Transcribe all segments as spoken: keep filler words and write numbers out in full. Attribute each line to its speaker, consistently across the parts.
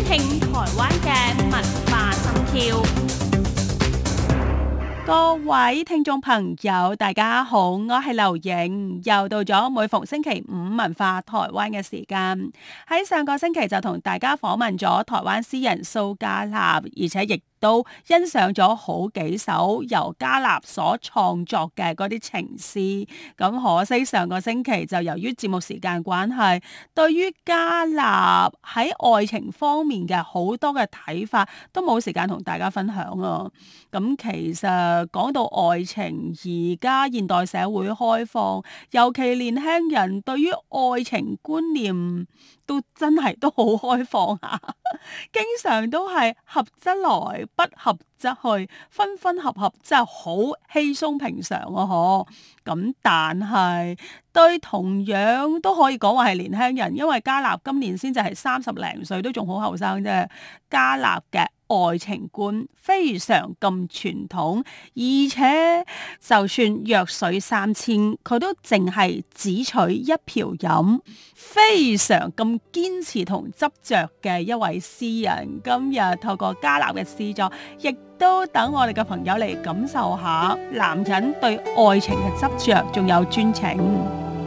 Speaker 1: 聽台灣嘅文化心跳。
Speaker 2: 各位聽眾朋友，大家好，我係劉瑩，又到咗每逢星期五文化台灣嘅時間。喺上個星期就同大家訪問咗台灣詩人蘇嘉納，而且亦都欣賞咗好幾首由嘉納所創作嘅嗰啲情詩。咁可惜上個星期就由於節目時間關係，對於嘉納喺愛情方面嘅好多嘅睇法都冇時間同大家分享啊。咁其實講到愛情，而家現代社會開放，尤其年輕人對於愛情觀念都真係都好開放啊！經常都係合則來，不合則去，分分合合真係好稀鬆平常啊！嗬，咁但係對同樣都可以講話係年輕人，因為嘉納今年先至係三十零歲，都仲好後生啫。嘉納嘅愛情觀非常咁傳統，而且就算弱水三千，佢都淨係只取一瓢飲，非常咁堅持同執着嘅一位詩人。今日透過嘉納嘅詩作，亦都等我哋嘅朋友嚟感受下男人對愛情嘅執着，仲有專情。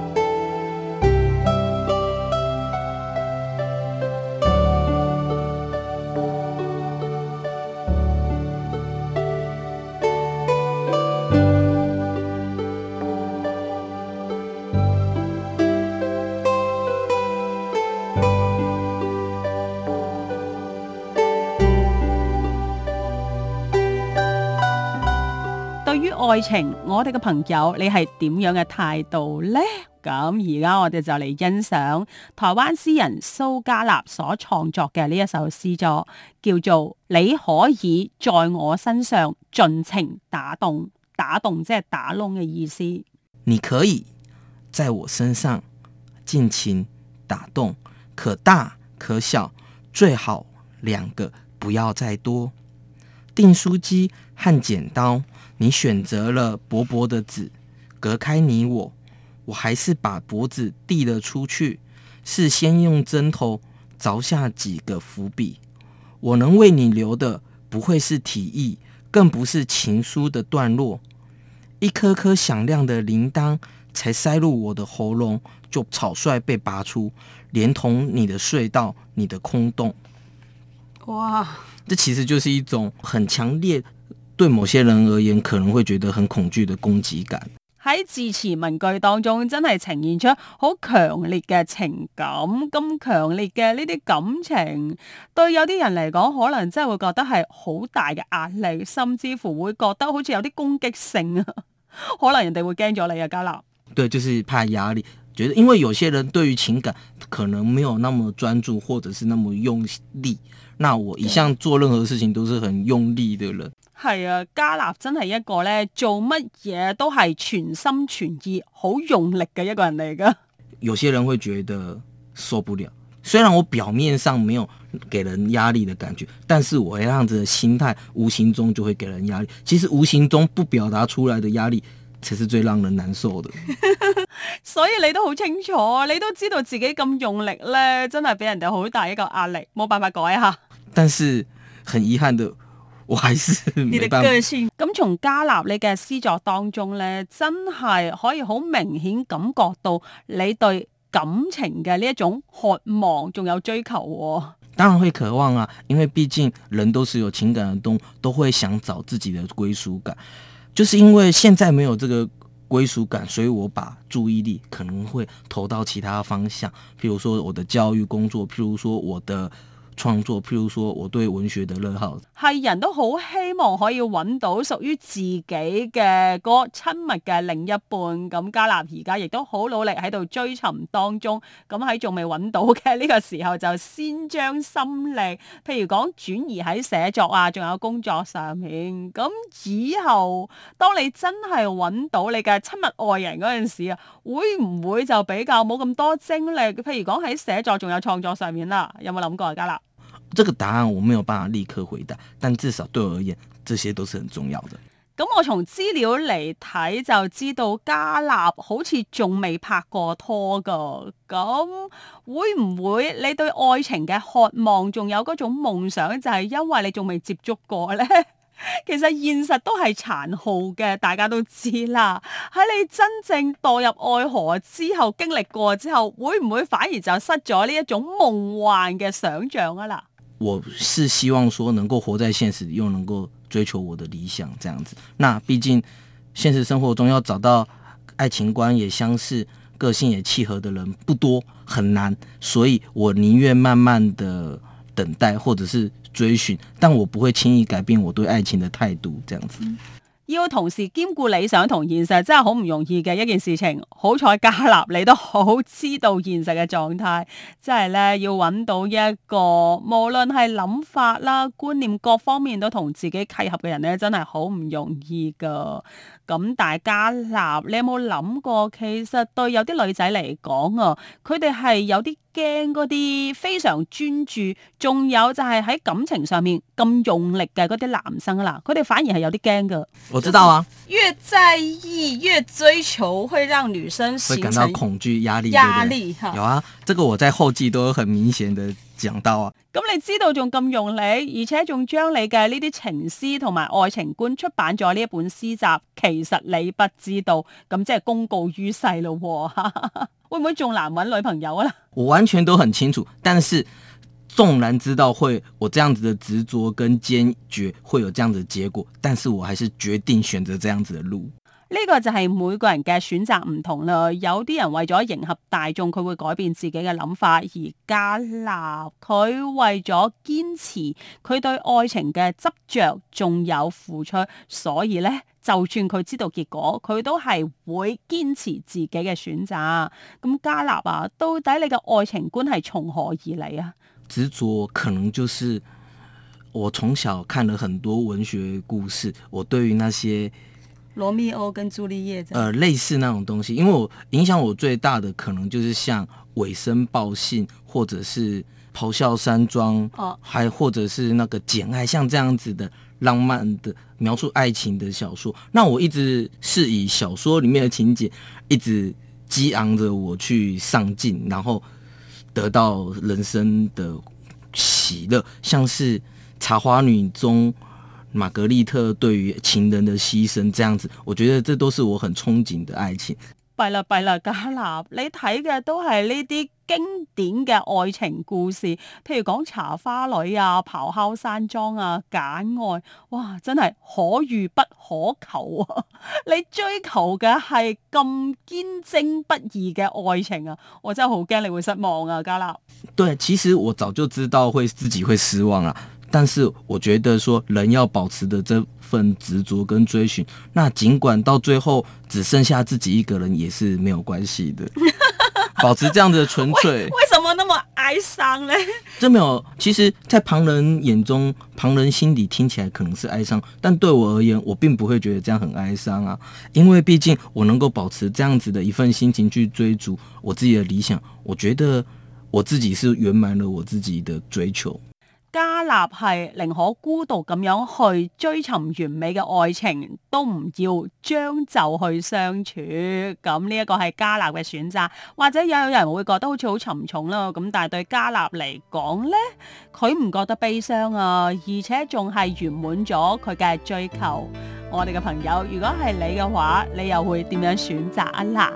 Speaker 2: 對於愛情，我哋嘅朋友，你係點樣嘅態度呢？咁而家我哋就嚟欣賞台灣詩人蘇嘉納所創作嘅呢一首詩作，叫做《你可以在我身上盡情打動》，打動即係打窿嘅意思。
Speaker 3: 你可以在我身上盡情打動，可大可小，最好兩個，不要再多。訂書機和剪刀，你選擇了薄薄的紙，隔開你我，我還是把脖子遞了出去，事先用針頭鑿下幾個伏筆。我能為你留的不會是題意，更不是情書的段落。一顆顆響亮的鈴鐺才塞入我的喉嚨，就草率被拔出，連同你的隧道，你的空洞。
Speaker 2: 哇！
Speaker 3: 這其實就是一種很強烈，對某些人而言可能會覺得很恐懼的攻擊感。
Speaker 2: 喺字詞文句當中，真係呈現出好強烈嘅情感，咁強烈嘅呢啲感情，對有啲人嚟講，可能真係會覺得係好大嘅壓力，甚至乎會覺得好似有啲攻擊性啊！可能人哋會驚咗你啊，嘉納。
Speaker 3: 對，就是怕壓力，覺得因為有些人對於情感可能沒有那麼專注，或者是那麼用力。那我一向做任何事情都是很用力的人。
Speaker 2: 係啊，嘉納真係一個咧做乜嘢都係全心全意、好用力嘅一個人嚟噶。
Speaker 3: 有些人會覺得受不了，雖然我表面上沒有給人壓力的感覺，但是我這樣子的心態無形中就會給人壓力。其實無形中不表達出來的壓力才是最讓人難受的。
Speaker 2: 所以你都好清楚，你都知道自己咁用力咧，真係俾人哋好大一個壓力，冇辦法改下。
Speaker 3: 但是很遺憾的，我還是沒辦法。
Speaker 2: 咁從嘉納你嘅詩作當中咧，真係可以好明顯感覺到你對感情嘅呢一種渴望，仲有追求喎。
Speaker 3: 當然會渴望啊，因為畢竟人都是有情感的動物，都會想找自己的歸屬感。就是因為現在沒有這個歸屬感，所以我把注意力可能會投到其他方向，譬如說我的教育工作，譬如說我的創作，譬如說我對文學的熱好，
Speaker 2: 係人都好希望可以揾到屬於自己嘅個親密嘅另一半。咁嘉納而家亦都好努力喺度追尋當中。咁喺仲未揾到嘅呢個時候，就先將心力，譬如講轉移喺寫作啊，仲有工作上面。咁以後當你真係揾到你嘅親密愛人嗰陣時啊，會唔會就比較冇咁多精力？譬如講喺寫作仲有創作上面啦，有冇諗過啊，嘉納？
Speaker 3: 這個答案我沒有辦法立刻回答，但至少對我而言，這些都是很重要的。
Speaker 2: 咁我從資料嚟睇就知道嘉納好似仲未拍過拖噶，咁會唔會你對愛情嘅渴望仲有嗰種夢想，就係因為你仲未接觸過呢？其實現實都係殘酷嘅，大家都知啦。喺你真正墮入愛河之後，經歷過之後，會唔會反而就失咗呢一種夢幻嘅想象啊啦？
Speaker 3: 我是希望說能夠活在現實，又能夠追求我的理想，這樣子。那畢竟現實生活中要找到愛情觀也相似、個性也契合的人不多，很難，所以我寧願慢慢的等待，或者是追尋，但我不會輕易改變我對愛情的態度，這樣子。嗯，
Speaker 2: 要同時兼顧理想同現實，真係好唔容易嘅一件事情。好彩嘉納你都好知道現實嘅狀態，即係咧要揾到一個無論係諗法啦、觀念各方面都同自己契合嘅人咧，真係好唔容易噶。咁但係嘉納，你有冇諗過，其實對有啲女仔嚟講啊，佢哋係有啲驚嗰啲非常專注，仲有就係喺感情上面咁用力嘅嗰啲男生啦，佢哋反而係有啲驚噶。
Speaker 3: 我知道啊，
Speaker 2: 越在意越追求，會讓女生
Speaker 3: 會感到恐懼、壓力、
Speaker 2: 壓力哈。
Speaker 3: 有啊，這個我在後記都有很明顯的講到啊。
Speaker 2: 咁你知道仲咁用力，而且仲將你嘅呢啲情詩同埋愛情觀出版咗呢一本詩集，其實你不知道，咁即係公告於世咯。會唔會仲難揾女朋友啊？
Speaker 3: 我完全都很清楚，但是縱然知道會我這樣子的執着跟堅決會有這樣子的結果，但是我還是決定選擇這樣子的路。
Speaker 2: 呢個就係每個人嘅選擇唔同啦，有啲人為咗迎合大眾，佢會改變自己嘅諗法，而嘉納佢為咗堅持佢對愛情嘅執着，仲有付出，所以呢，就算佢知道結果，佢都係會堅持自己嘅選擇。咁嘉納啊，到底你嘅愛情觀係從何而嚟啊？
Speaker 3: 執着可能就是我從小看了很多文學故事，我對於那些
Speaker 2: 羅密歐跟朱麗葉，
Speaker 3: 呃，類似那種東西，因為我影響我最大的可能就是像尾生報信，或者是咆哮山莊，哦，還或者是那個簡愛，像這樣子的浪漫的描述愛情的小說。那我一直是以小說裏面的情節一直激昂着我去上進，然後得到人生的喜樂，像是茶花女中瑪格麗特對於情人的犧牲，這樣子，我覺得這都是我很憧憬的愛情。
Speaker 2: 弊啦弊啦，嘉納，你睇嘅都係呢啲經典嘅愛情故事，譬如講茶花女啊、咆哮山莊啊、簡愛，哇，真係可遇不可求啊！你追求嘅係咁堅貞不移嘅愛情啊，我真係好驚你會失望啊，嘉納。
Speaker 3: 對，其實我早就知道會自己會失望啊。但是我覺得說人要保持的這份執着跟追尋，那儘管到最後只剩下自己一個人也是沒有關係的。保持這樣的純粹。為，
Speaker 2: 為什麼那麼哀傷呢？
Speaker 3: 這沒有，其實在旁人眼中，旁人心裡聽起來可能是哀傷，但對我而言，我並不會覺得這樣很哀傷啊。因為畢竟我能夠保持這樣子的一份心情去追逐我自己的理想，我覺得我自己是圓滿了我自己的追求。
Speaker 2: 嘉納係寧可孤獨咁樣去追尋完美嘅愛情，都唔要將就去相處。咁呢一個係嘉納嘅選擇，或者有人會覺得好似好沉重啦。咁但係對嘉納嚟講呢，佢唔覺得悲傷啊，而且仲係圓滿咗佢嘅追求。我哋嘅朋友，如果係你嘅話，你又會點樣選擇啊啦？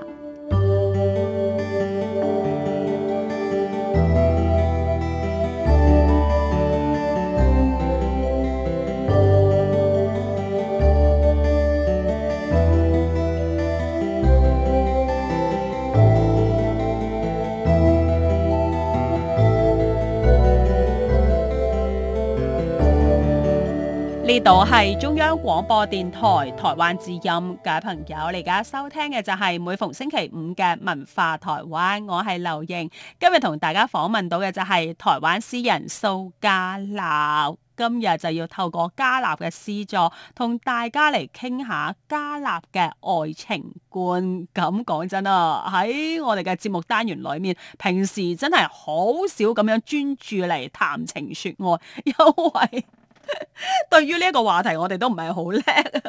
Speaker 2: 呢度係中央廣播電台台灣之音，各位朋友，你而家收聽嘅就係每逢星期五嘅文化台灣，我係劉瑩，今日同大家訪問到嘅就係台灣詩人蘇嘉納，今日就要透過嘉納嘅詩作，同大家嚟傾下嘉納嘅愛情觀。咁講真啊，喺我哋嘅節目單元裏面，平時真係好少咁樣專注嚟談情說愛，因為對於呢一個話題，我哋都唔係好叻，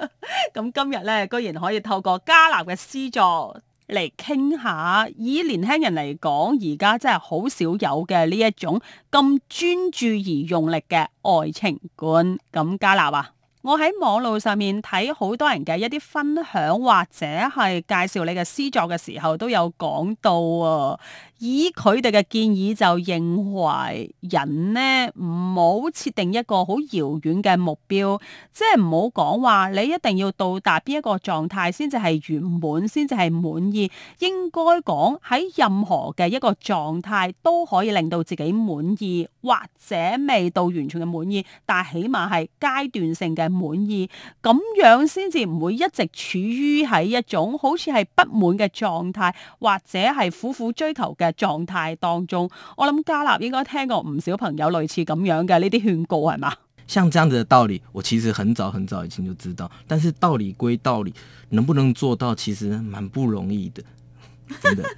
Speaker 2: 咁今日咧，居然可以透過嘉納嘅詩作嚟傾下，以年輕人嚟講，而家真係好少有嘅呢一種咁專注而用力嘅愛情觀。咁嘉納啊，我喺網路上面睇好多人嘅一啲分享或者係介紹你嘅詩作嘅時候，都有講到啊。以佢哋嘅建議就認為人呢唔好設定一個好遙遠嘅目標，即係唔好講話你一定要到達邊一個狀態先至係圓滿，先至係滿意。應該講喺任何嘅一個狀態都可以令到自己滿意，或者未到完全嘅滿意，但係起碼係階段性嘅滿意，咁樣先至唔會一直處於喺一種好似係不滿嘅狀態，或者係苦苦追求嘅狀態當中。我諗嘉納應該聽過唔少朋友類似咁樣嘅呢啲勸告，係嘛？
Speaker 3: 像這樣子的道理，我其實很早很早以前就知道，但是道理歸道理，能不能做到其實蠻不容易的，真的。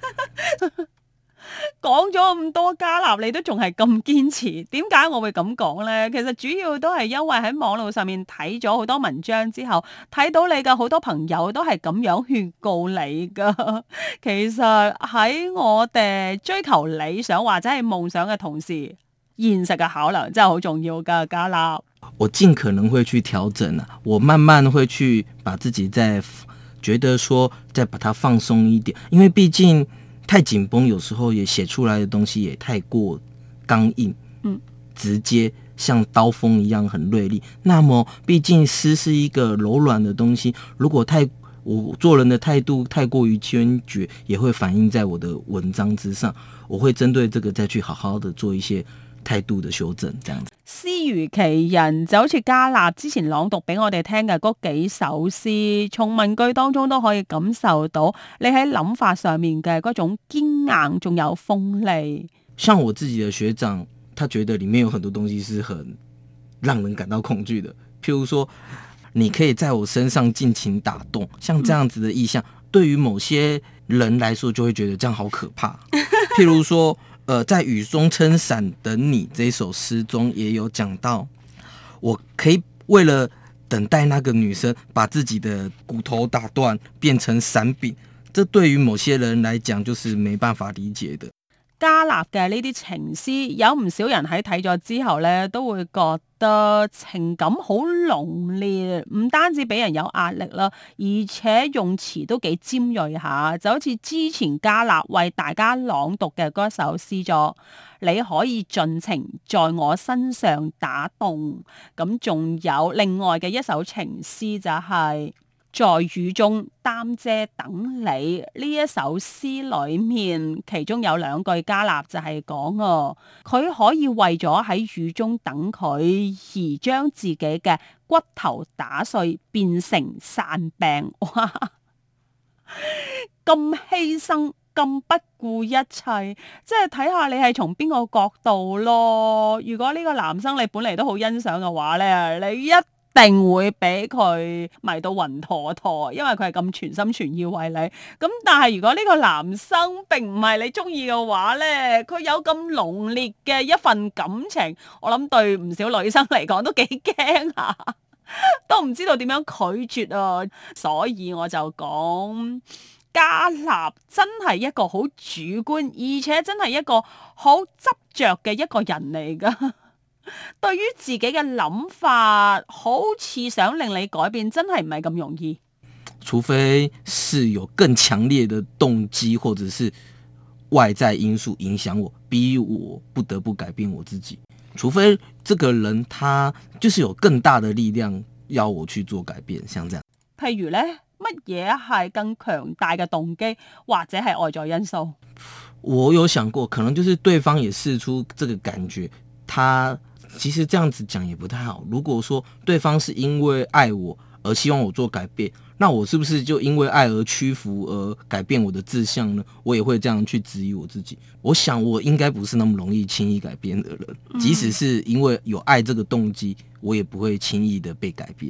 Speaker 2: 講咗咁多，嘉納你都仲係咁堅持，點解我會咁講呢？其實主要都係因為喺網絡上面睇咗好多文章之後，睇到你嘅好多朋友都係咁樣勸告你噶。其實喺我哋追求理想或者係夢想嘅同時，現實嘅考量真係好重要噶。嘉納，
Speaker 3: 我盡可能會去調整啊，我慢慢會去把自己再覺得說再把它放鬆一點，因為畢竟太緊繃，有時候也寫出來的東西也太過剛硬，嗯，直接像刀鋒一樣很銳利。那麼畢竟詩是一個柔軟的東西，如果太我做人的態度太過於堅決，也會反映在我的文章之上。我會針對這個再去好好的做一些態度的修正，這樣子。
Speaker 2: 詩如其人，就好似嘉納之前朗讀俾我哋聽嘅嗰幾首詩，從文句當中都可以感受到你喺諗法上面嘅嗰種堅硬，仲有鋒利。
Speaker 3: 像我自己的學長，他覺得裡面有很多東西是很讓人感到恐懼的，譬如說你可以在我身上盡情打動，像這樣子的意象，嗯、對於某些人來說就會覺得這樣好可怕。譬如說呃，在雨中撐傘等你這首詩中也有講到，我可以為了等待那個女生，把自己的骨頭打斷變成傘柄，這對於某些人來講就是沒辦法理解的。
Speaker 2: 嘉納嘅呢啲情詩，有唔少人喺睇咗之後呢，都會覺得情感好濃烈，唔單止俾人有壓力啦，而且用詞都幾尖銳下，就好似之前嘉納為大家朗讀嘅嗰首詩作，你可以盡情在我身上打動。咁仲有另外嘅一首情詩就係、是。在雨中擔遮等你，呢一首詩裏面，其中有兩句嘉納就係講哦，佢可以為咗喺雨中等佢而將自己嘅骨頭打碎變成傘柄。哇，咁犧牲，咁不顧一切，即係睇下你係從邊個角度咯。如果呢個男生你本嚟都好欣賞嘅話咧，你一定會俾佢迷到暈陀陀，因為佢係咁全心全意為你。咁但係如果呢個男生並唔係你中意嘅話呢，佢有咁濃烈嘅一份感情，我諗對唔少女生嚟講都幾驚啊，都唔知道點樣拒絕啊。所以我就講，嘉納真係一個好主觀，而且真係一個好執着嘅一個人嚟噶。對於自己嘅諗法，好似想令你改變，真係唔係咁容易。
Speaker 3: 除非是有更強烈的動機，或者是外在因素影響我，逼我不得不改變我自己。除非這個人他就是有更大的力量要我去做改變，像這樣。
Speaker 2: 譬如呢，乜嘢係更強大嘅動機，或者係外在因素？
Speaker 3: 我有想過，可能就是對方也釋出這個感覺，他。其實這樣子講也不太好。如果說對方是因為愛我而希望我做改變，那我是不是就因為愛而屈服而改變我的志向呢？我也會這樣去質疑我自己。我想我應該不是那麼容易輕易改變的人，即使是因為有愛這個動機，我也不會輕易的被改變。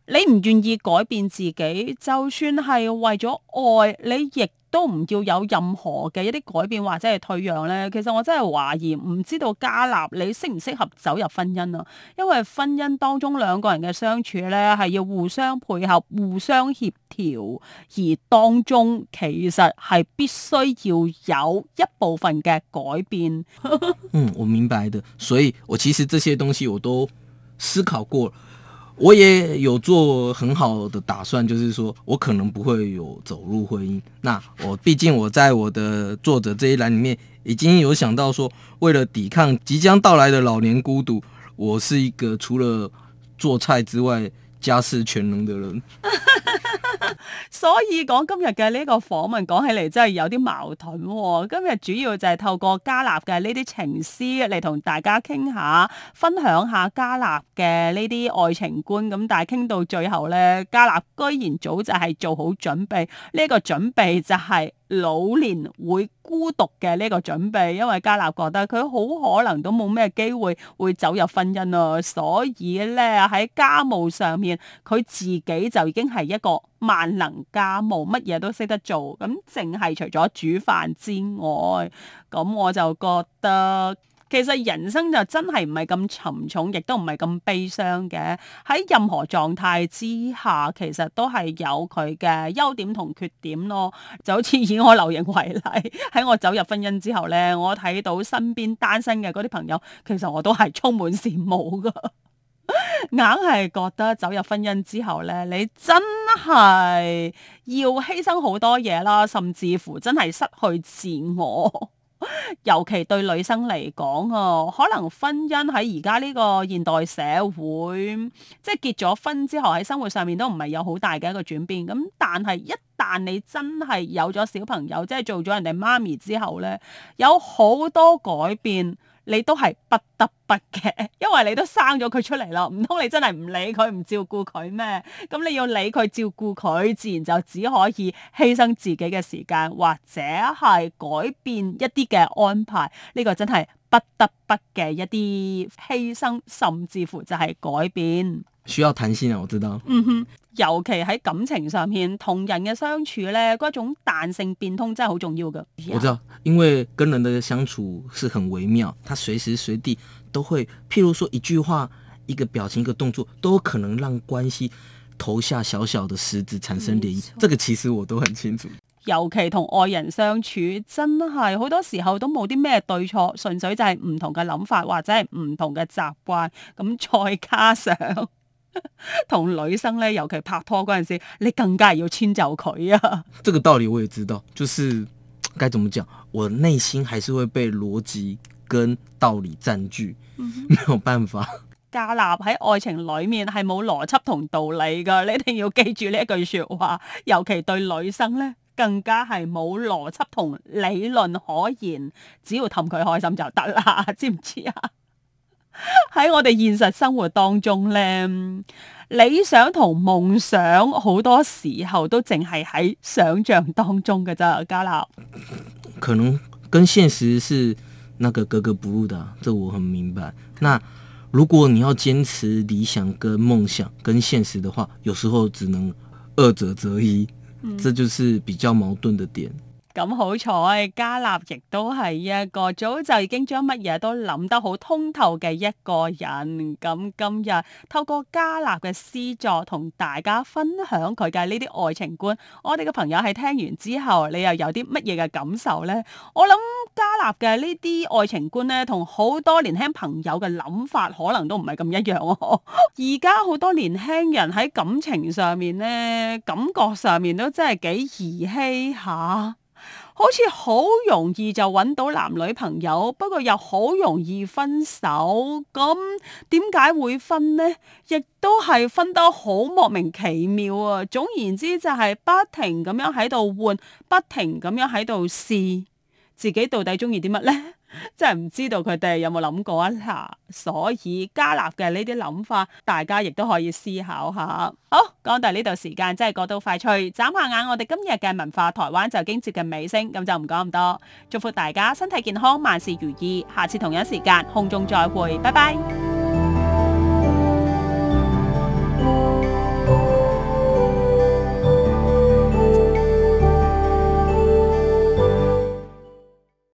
Speaker 2: 你唔願意改變自己，就算係為咗愛，你亦都唔要有任何嘅一啲改變或者係退讓呢。其實我真係懷疑，唔知道嘉納你適唔適合走入婚姻啊？因為婚姻當中兩個人嘅相處呢，係要互相配合、互相協調，而當中其實係必須要有一部分嘅改變。
Speaker 3: 嗯，我明白的，所以我其實這些東西我都思考過了。我也有做很好的打算，就是說我可能不會有走入婚姻。那我畢竟我在我的作者這一欄裡面已經有想到說，為了抵抗即將到來的老年孤獨，我是一個除了做菜之外家事全能的人。
Speaker 2: 所以講今日嘅呢個訪問講起嚟真係有啲矛盾喎。今日主要就係透過嘉納嘅呢啲情詩嚟同大家傾下，分享下嘉納嘅呢啲愛情觀。咁但係傾到最後呢，嘉納居然早就係做好準備，呢個準備就係老年會孤獨嘅呢個準備，因為嘉納覺得佢好可能都冇咩機會會走入婚姻啊，所以咧喺家務上面佢自己就已經係一個萬能家務，乜嘢都識得做，咁淨係除咗煮飯之外，咁我就覺得其實人生就真係唔係咁沉重，亦都唔係咁悲傷嘅。喺任何狀態之下，其實都係有佢嘅優點同缺點咯。就好似以我劉瑩為例，喺我走入婚姻之後呢，我睇到身邊單身嘅嗰啲朋友，其實我都係充滿羨慕噶。硬係覺得走入婚姻之後呢，你真係要犧牲好多嘢啦，甚至乎真係失去自我。尤其對女生嚟講啊，可能婚姻喺而家呢個現代社會，即係結咗婚之後喺生活上面都唔係有好大嘅一個轉變。咁但係一旦你真係有咗小朋友，即係做咗人哋媽咪之後呢，有好多改變。你都係不得不嘅，因為你都生咗佢出嚟啦，唔通你真係唔理佢唔照顧佢咩？咁你要理佢照顧佢，自然就只可以犧牲自己嘅時間，或者係改變一啲嘅安排。呢個真係不得不嘅一啲犧牲，甚至乎就係改變。
Speaker 3: 需要彈性啊，我知道。
Speaker 2: 嗯哼，尤其喺感情上面，同人嘅相處呢，嗰種彈性變通真係好重要㗎。
Speaker 3: 我知道，因為跟人的相處是很微妙，他隨時隨地都會，譬如說一句話、一個表情、一個動作，都有可能讓關係投下小小的石子，產生漣漪。這個其實我都很清楚。
Speaker 2: 尤其同愛人相處，真係好多時候都冇啲咩對錯，純粹就係唔同嘅諗法或者係唔同嘅習慣。咁再加上同女生咧，尤其拍拖嗰陣時，你更加係要遷就佢啊！
Speaker 3: 這個道理我也知道，就是該怎麼講，我內心還是會被邏輯跟道理佔據，嗯、哼沒有辦法。
Speaker 2: 嘉納喺愛情裏面係冇邏輯同道理噶，你一定要記住呢一句說話。尤其對女生咧，更加係冇邏輯同理論可言，只要氹佢開心就得啦，知唔知啊？喺我哋現實生活當中咧，理想同夢想好多時候都淨係喺想象當中嘅咋，嘉納。
Speaker 3: 可能跟現實是那個格格不入的、啊，這我很明白。那如果你要堅持理想跟夢想跟現實的話，有時候只能二者擇一，嗯、這就是比較矛盾的點。
Speaker 2: 咁好彩，嘉納亦都係一個早就已經將乜嘢都諗得好通透嘅一個人。咁今日透過嘉納嘅詩作同大家分享佢嘅呢啲愛情觀，我哋嘅朋友喺聽完之後，你又有啲乜嘢嘅感受呢？我諗嘉納嘅呢啲愛情觀呢，同好多年輕朋友嘅諗法可能都唔係咁一樣哦。而家好多年輕人喺感情上面呢，感覺上面都真係幾兒戲下。好似好容易就揾到男女朋友，不過又好容易分手。咁點解會分呢？亦都係分得好莫名其妙啊！總言之就係不停咁樣喺度換，不停咁樣喺度試，自己到底中意啲乜呢？真係唔知道佢哋有冇諗過啊！嗱，所以嘉納嘅呢啲諗法，大家亦都可以思考下。好，講到呢度時間真係過到快脆，眨下眼我哋今日嘅文化台灣就已經接近尾聲，咁就唔講咁多。祝福大家身體健康，萬事如意。下次同樣時間空中再會，拜拜。